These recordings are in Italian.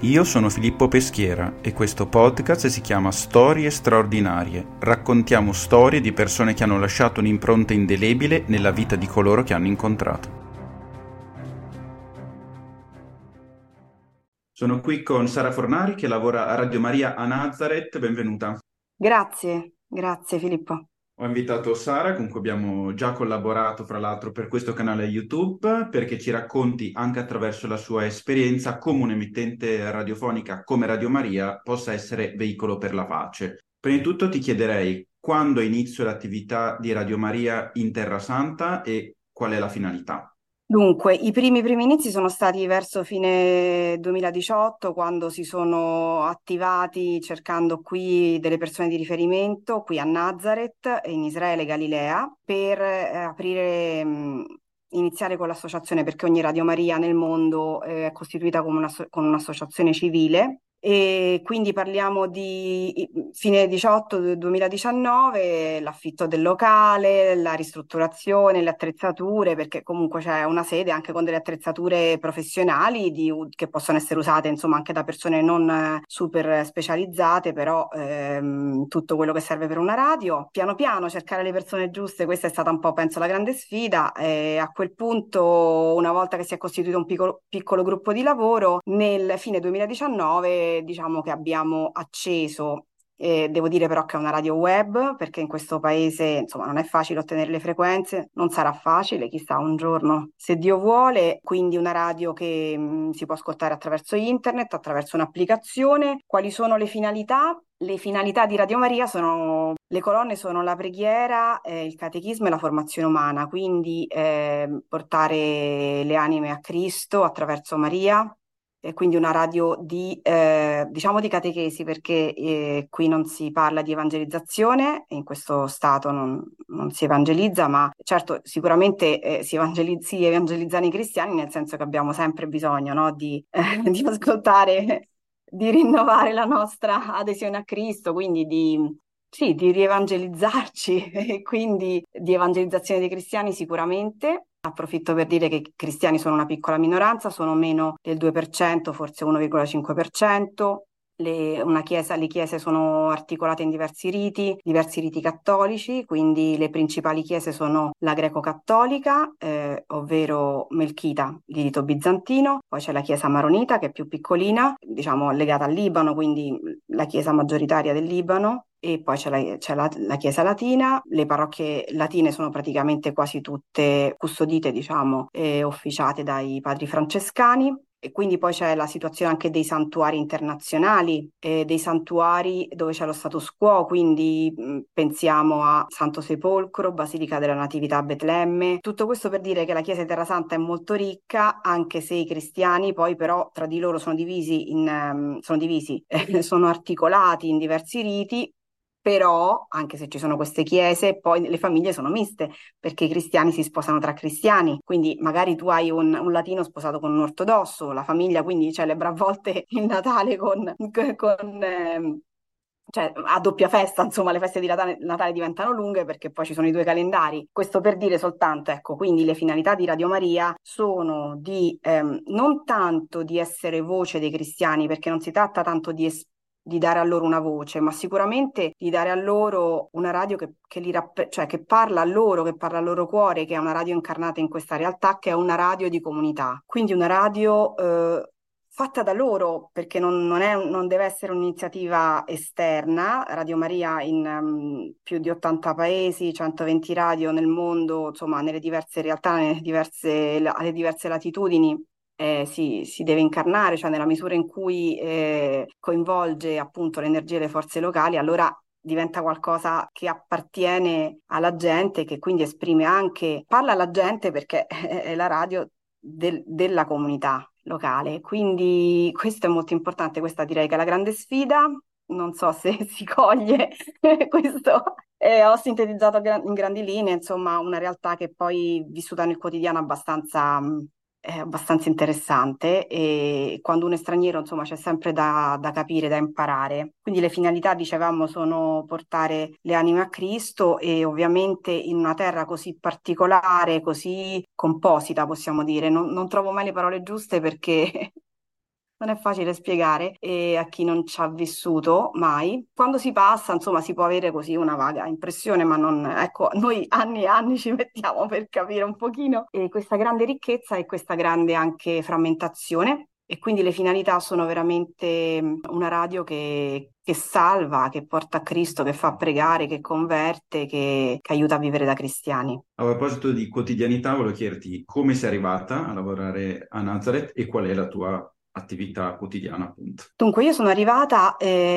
Io sono Filippo Peschiera e questo podcast si chiama Storie straordinarie. Raccontiamo storie di persone che hanno lasciato un'impronta indelebile nella vita di coloro che hanno incontrato. Sono qui con Sara Fornari che lavora a Radio Maria a Nazareth. Benvenuta. Grazie Filippo. Ho invitato Sara, con cui abbiamo già collaborato, fra l'altro, per questo canale YouTube, perché ci racconti anche attraverso la sua esperienza come un'emittente radiofonica come Radio Maria possa essere veicolo per la pace. Prima di tutto ti chiederei quando inizio l'attività di Radio Maria in Terra Santa e qual è la finalità. Dunque, i primi inizi sono stati verso fine 2018, quando si sono attivati cercando qui delle persone di riferimento, qui a Nazareth, in Israele, Galilea, per iniziare con l'associazione, perché ogni Radio Maria nel mondo è costituita come con un'associazione civile. E quindi parliamo di fine 18-2019, l'affitto del locale, la ristrutturazione, le attrezzature, perché comunque c'è una sede anche con delle attrezzature professionali che possono essere usate insomma anche da persone non super specializzate, però tutto quello che serve per una radio. Piano piano cercare le persone giuste, questa è stata un po' penso la grande sfida. E a quel punto, una volta che si è costituito un piccolo gruppo di lavoro, nel fine 2019 diciamo che abbiamo acceso, devo dire però che è una radio web, perché in questo paese insomma non è facile ottenere le frequenze, non sarà facile, chissà un giorno se Dio vuole, quindi una radio che si può ascoltare attraverso internet, attraverso un'applicazione. Quali sono le finalità? Le finalità di Radio Maria sono, le colonne sono la preghiera, il catechismo e la formazione umana, quindi portare le anime a Cristo attraverso Maria. E quindi una radio diciamo di catechesi, perché qui non si parla di evangelizzazione, in questo stato non si evangelizza, ma certo sicuramente si evangelizzano i cristiani, nel senso che abbiamo sempre bisogno, no, di ascoltare, di rinnovare la nostra adesione a Cristo, quindi sì, di rievangelizzarci e quindi di evangelizzazione dei cristiani sicuramente. Approfitto per dire che i cristiani sono una piccola minoranza, sono meno del 2%, forse 1,5%. Le chiese sono articolate in diversi riti cattolici, quindi le principali chiese sono la greco-cattolica, ovvero melchita di rito bizantino, poi c'è la chiesa maronita che è più piccolina, diciamo legata al Libano, quindi la chiesa maggioritaria del Libano. E poi c'è la Chiesa Latina. Le parrocchie latine sono praticamente quasi tutte custodite, diciamo, e officiate dai padri francescani. E quindi poi c'è la situazione anche dei santuari internazionali, dei santuari dove c'è lo status quo, quindi pensiamo a Santo Sepolcro, Basilica della Natività a Betlemme. Tutto questo per dire che la Chiesa di Terra Santa è molto ricca, anche se i cristiani poi però tra di loro sono articolati in diversi riti. Però, anche se ci sono queste chiese, poi le famiglie sono miste, perché i cristiani si sposano tra cristiani, quindi magari tu hai un latino sposato con un ortodosso, la famiglia quindi celebra a volte il Natale cioè a doppia festa, insomma, le feste di Natale diventano lunghe perché poi ci sono i due calendari. Questo per dire soltanto, ecco, quindi le finalità di Radio Maria sono non tanto di essere voce dei cristiani, perché non si tratta tanto di dare a loro una voce, ma sicuramente di dare a loro una radio cioè che parla a loro, che parla al loro cuore, che è una radio incarnata in questa realtà, che è una radio di comunità. Quindi una radio fatta da loro, perché non deve essere un'iniziativa esterna. Radio Maria in più di 80 paesi, 120 radio nel mondo, insomma, nelle diverse realtà, alle diverse latitudini. Si deve incarnare, cioè nella misura in cui coinvolge appunto l'energia delle forze locali, allora diventa qualcosa che appartiene alla gente, che quindi parla alla gente perché è la radio della comunità locale. Quindi questo è molto importante, questa direi che è la grande sfida. Non so se si coglie questo. Ho sintetizzato in grandi linee, insomma, una realtà che poi vissuta nel quotidiano è abbastanza interessante, e quando uno è straniero, insomma, c'è sempre da capire, da imparare. Quindi le finalità, dicevamo, sono portare le anime a Cristo, e ovviamente in una terra così particolare, così composita, possiamo dire. Non trovo mai le parole giuste perché non è facile spiegare a chi non ci ha vissuto mai. Quando si passa, insomma, si può avere così una vaga impressione, ma non, ecco, noi anni e anni ci mettiamo per capire un pochino questa grande ricchezza e questa grande anche frammentazione. E quindi le finalità sono veramente una radio che salva, che porta a Cristo, che fa pregare, che converte, che aiuta a vivere da cristiani. A proposito di quotidianità, volevo chiederti come sei arrivata a lavorare a Nazareth e qual è la tua attività quotidiana, appunto. Dunque, io sono arrivata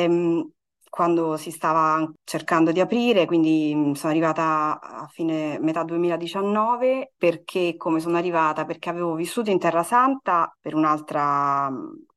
quando si stava cercando di aprire, quindi sono arrivata a fine metà 2019. Perché come sono arrivata? Perché avevo vissuto in Terra Santa per un'altra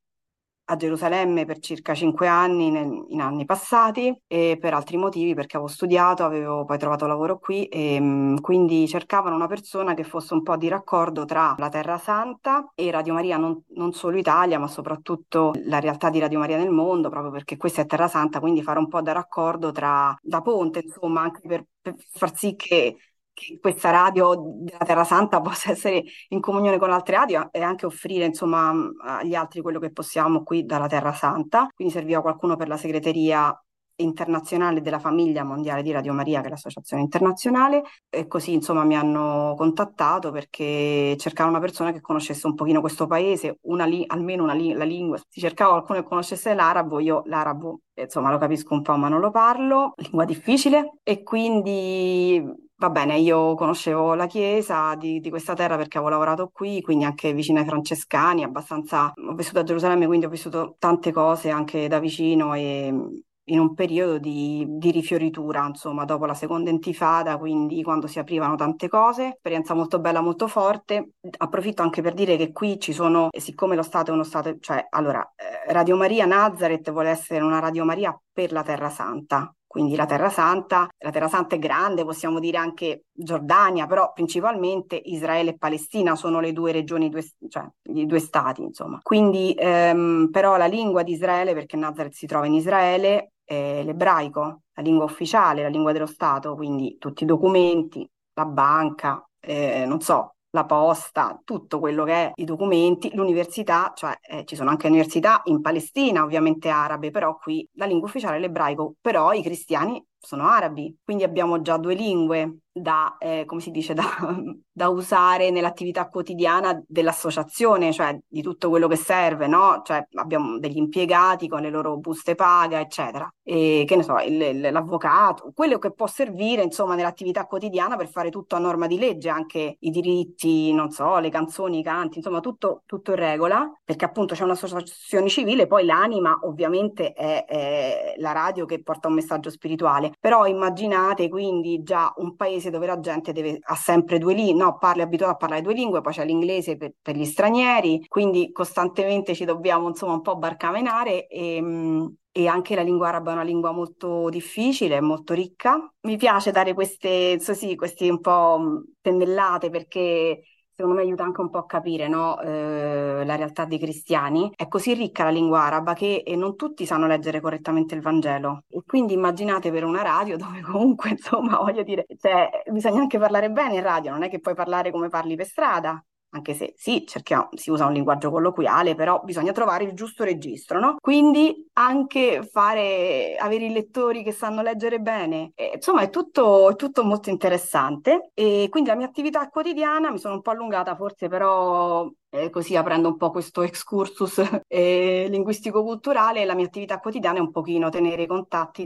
a Gerusalemme per circa 5 anni in anni passati e per altri motivi, perché avevo studiato, avevo poi trovato lavoro qui e quindi cercavano una persona che fosse un po' di raccordo tra la Terra Santa e Radio Maria, non solo Italia, ma soprattutto la realtà di Radio Maria nel mondo, proprio perché questa è Terra Santa, quindi fare un po' da raccordo da ponte, insomma, anche per far sì che questa radio della Terra Santa possa essere in comunione con altre radio e anche offrire insomma agli altri quello che possiamo qui dalla Terra Santa. Quindi serviva qualcuno per la segreteria internazionale della famiglia mondiale di Radio Maria, che è l'associazione internazionale, e così insomma mi hanno contattato perché cercavano una persona che conoscesse un pochino questo paese, almeno la lingua. Si cercava qualcuno che conoscesse l'arabo, io l'arabo insomma lo capisco un po' ma non lo parlo, lingua difficile, e quindi va bene, io conoscevo la chiesa di questa terra perché avevo lavorato qui, quindi anche vicino ai francescani, abbastanza, ho vissuto a Gerusalemme, quindi ho vissuto tante cose anche da vicino e in un periodo di rifioritura, insomma, dopo la seconda intifada, quindi quando si aprivano tante cose, esperienza molto bella, molto forte. Approfitto anche per dire che qui ci sono, siccome lo Stato è uno Stato, cioè, allora, Radio Maria Nazareth vuole essere una Radio Maria per la Terra Santa. Quindi la Terra Santa è grande, possiamo dire anche Giordania, però principalmente Israele e Palestina sono le due regioni, cioè i due stati, insomma. Quindi però la lingua di Israele, perché Nazareth si trova in Israele, è l'ebraico, la lingua ufficiale, la lingua dello Stato, quindi tutti i documenti, la banca, non so, la posta, tutto quello che è i documenti, l'università, cioè ci sono anche università in Palestina, ovviamente arabe, però qui la lingua ufficiale è l'ebraico, però i cristiani sono arabi, quindi abbiamo già due lingue come si dice, da usare nell'attività quotidiana dell'associazione, cioè di tutto quello che serve, no? Cioè abbiamo degli impiegati con le loro buste paga, eccetera. E che ne so, l'avvocato, quello che può servire, insomma, nell'attività quotidiana per fare tutto a norma di legge, anche i diritti, non so, le canzoni, i canti, insomma, tutto in regola, perché appunto c'è un'associazione civile, poi l'anima ovviamente è la radio che porta un messaggio spirituale, però immaginate quindi già un paese dove la gente ha sempre due lingue, no, è abituato a parlare due lingue, poi c'è l'inglese per gli stranieri, quindi costantemente ci dobbiamo insomma un po' barcamenare e anche la lingua araba è una lingua molto difficile, molto ricca. Mi piace dare questi un po' pennellate perché secondo me aiuta anche un po' a capire, no, la realtà dei cristiani. È così ricca la lingua araba che non tutti sanno leggere correttamente il Vangelo. E quindi immaginate per una radio dove comunque, insomma, voglio dire, cioè, bisogna anche parlare bene in radio, non è che puoi parlare come parli per strada. Anche se sì, si usa un linguaggio colloquiale, però bisogna trovare il giusto registro, no? Quindi anche avere i lettori che sanno leggere bene, insomma è tutto molto interessante e quindi la mia attività quotidiana mi sono un po' allungata forse però così aprendo un po' questo excursus linguistico-culturale, la mia attività quotidiana è un pochino tenere i contatti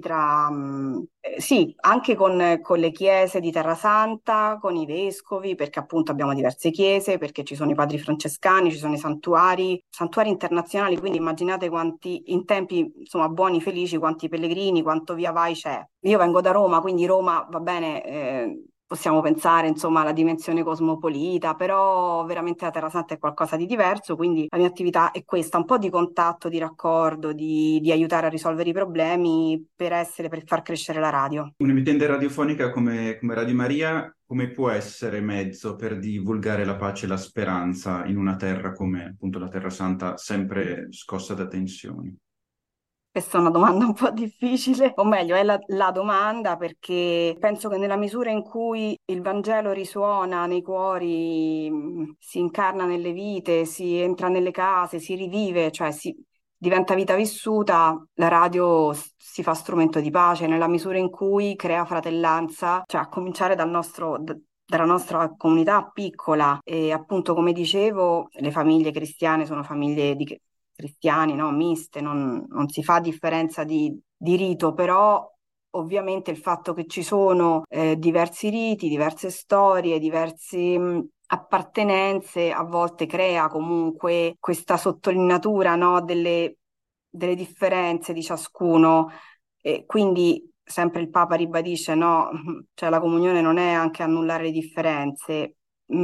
sì, anche con le chiese di Terra Santa, con i vescovi, perché appunto abbiamo diverse chiese, perché ci sono i padri francescani, ci sono i santuari internazionali, quindi immaginate quanti, in tempi insomma buoni, felici, quanti pellegrini, quanto via vai c'è. Io vengo da Roma, quindi Roma va bene, possiamo pensare insomma alla dimensione cosmopolita, però veramente la Terra Santa è qualcosa di diverso, quindi la mia attività è questa, un po' di contatto, di raccordo, di aiutare a risolvere i problemi per far crescere la radio. Un'emittente radiofonica come Radio Maria, come può essere mezzo per divulgare la pace e la speranza in una terra come appunto la Terra Santa, sempre scossa da tensioni? Questa è una domanda un po' difficile, o meglio, è la domanda perché penso che nella misura in cui il Vangelo risuona nei cuori, si incarna nelle vite, si entra nelle case, si rivive, cioè diventa vita vissuta, la radio si fa strumento di pace nella misura in cui crea fratellanza, cioè a cominciare dalla nostra comunità piccola e appunto come dicevo le famiglie cristiane sono famiglie di cristiani, no? Miste, non si fa differenza di rito, però ovviamente il fatto che ci sono diversi riti, diverse storie, diverse appartenenze, a volte crea comunque questa sottolineatura, no? Delle differenze di ciascuno. E quindi sempre il Papa ribadisce, no? Cioè la comunione non è anche annullare le differenze,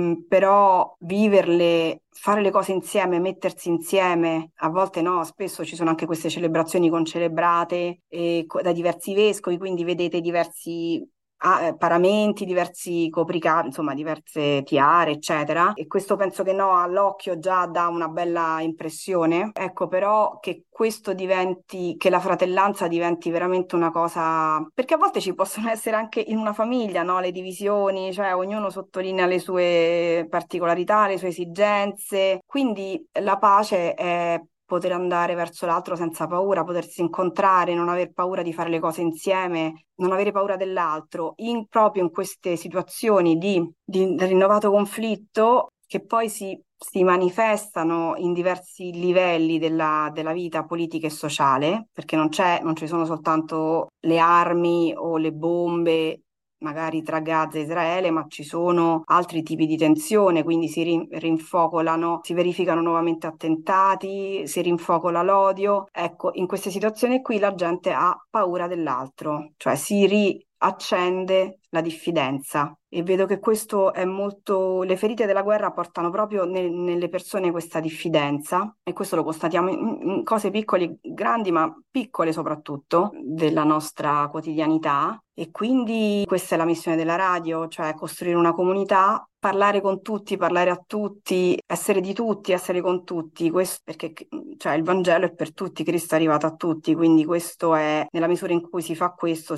però viverle, fare le cose insieme, mettersi insieme, a volte no, spesso ci sono anche queste celebrazioni concelebrate da diversi vescovi, quindi vedete diversi paramenti, diversi copricapi, insomma diverse tiare, eccetera. E questo penso che no, all'occhio già dà una bella impressione. Ecco, però che questo diventi, che la fratellanza diventi veramente una cosa, perché a volte ci possono essere anche in una famiglia, no? Le divisioni, cioè ognuno sottolinea le sue particolarità, le sue esigenze. Quindi la pace è poter andare verso l'altro senza paura, potersi incontrare, non aver paura di fare le cose insieme, non avere paura dell'altro, proprio in queste situazioni di rinnovato conflitto che poi si manifestano in diversi livelli della vita politica e sociale, perché non ci sono soltanto le armi o le bombe magari tra Gaza e Israele, ma ci sono altri tipi di tensione, quindi rinfocolano, si verificano nuovamente attentati, si rinfocola l'odio. Ecco, in queste situazioni qui la gente ha paura dell'altro, cioè si riaccende la diffidenza. E vedo che questo è molto. Le ferite della guerra portano proprio nelle persone questa diffidenza, e questo lo constatiamo in cose piccole, e grandi, ma piccole soprattutto, della nostra quotidianità. E quindi questa è la missione della radio, cioè costruire una comunità, parlare con tutti, parlare a tutti, essere di tutti, essere con tutti, questo perché cioè, il Vangelo è per tutti, Cristo è arrivato a tutti, quindi questo è, nella misura in cui si fa questo,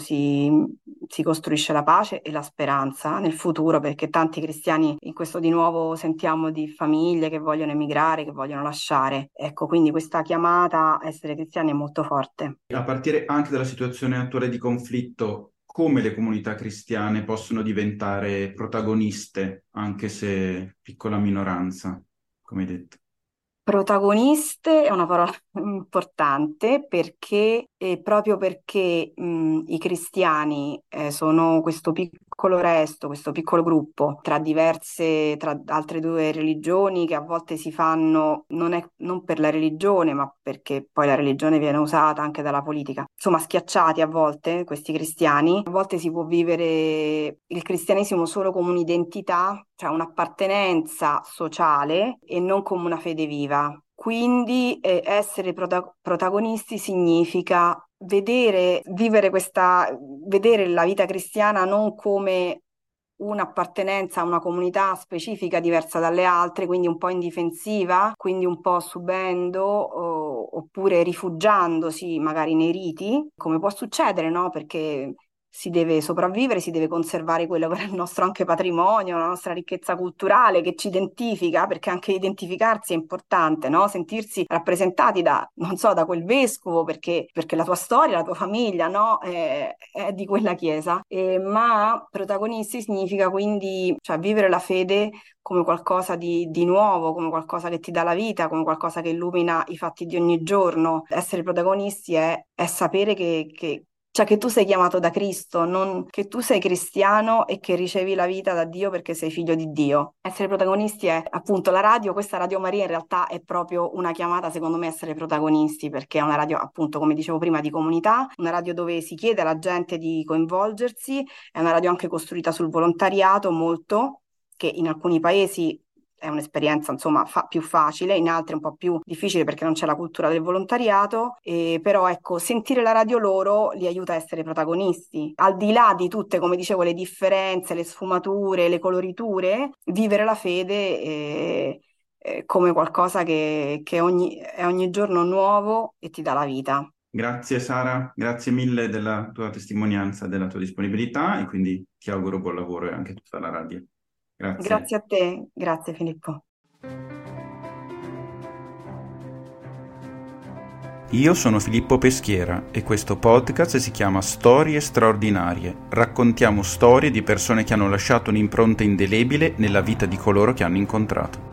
si costruisce la pace e la speranza nel futuro, perché tanti cristiani in questo di nuovo sentiamo di famiglie che vogliono emigrare, che vogliono lasciare. Ecco, quindi questa chiamata a essere cristiani è molto forte. A partire anche dalla situazione attuale di conflitto, come le comunità cristiane possono diventare protagoniste, anche se piccola minoranza, come hai detto. Protagoniste è una parola importante perché, proprio perché i cristiani sono questo piccolo resto, questo piccolo gruppo tra altre due religioni che a volte si fanno, non per la religione, ma perché poi la religione viene usata anche dalla politica. Insomma, schiacciati a volte, questi cristiani. A volte si può vivere il cristianesimo solo come un'identità, cioè un'appartenenza sociale e non come una fede viva. Quindi essere protagonisti significa vedere la vita cristiana non come un'appartenenza a una comunità specifica diversa dalle altre, quindi un po' in difensiva, quindi un po' subendo oppure rifugiandosi magari nei riti, come può succedere, no? Perché si deve sopravvivere, si deve conservare quello che è il nostro anche patrimonio, la nostra ricchezza culturale che ci identifica, perché anche identificarsi è importante, no? Sentirsi rappresentati non so, da quel vescovo, perché la tua storia, la tua famiglia, no? È di quella chiesa. Ma protagonisti significa quindi, cioè, vivere la fede come qualcosa di nuovo, come qualcosa che ti dà la vita, come qualcosa che illumina i fatti di ogni giorno. Essere protagonisti è sapere cioè che tu sei chiamato da Cristo, non che tu sei cristiano e che ricevi la vita da Dio perché sei figlio di Dio. Essere protagonisti è appunto la radio, questa Radio Maria in realtà è proprio una chiamata secondo me a essere protagonisti perché è una radio appunto come dicevo prima di comunità, una radio dove si chiede alla gente di coinvolgersi, è una radio anche costruita sul volontariato molto, che in alcuni paesi è un'esperienza insomma più facile, in altri un po' più difficile perché non c'è la cultura del volontariato, però ecco, sentire la radio loro li aiuta a essere protagonisti. Al di là di tutte, come dicevo, le differenze, le sfumature, le coloriture, vivere la fede come qualcosa che è ogni giorno nuovo e ti dà la vita. Grazie Sara, grazie mille della tua testimonianza, della tua disponibilità e quindi ti auguro buon lavoro e anche a tutta la radio. Grazie. Grazie a te, grazie Filippo. Io sono Filippo Peschiera e questo podcast si chiama Storie straordinarie. Raccontiamo storie di persone che hanno lasciato un'impronta indelebile nella vita di coloro che hanno incontrato.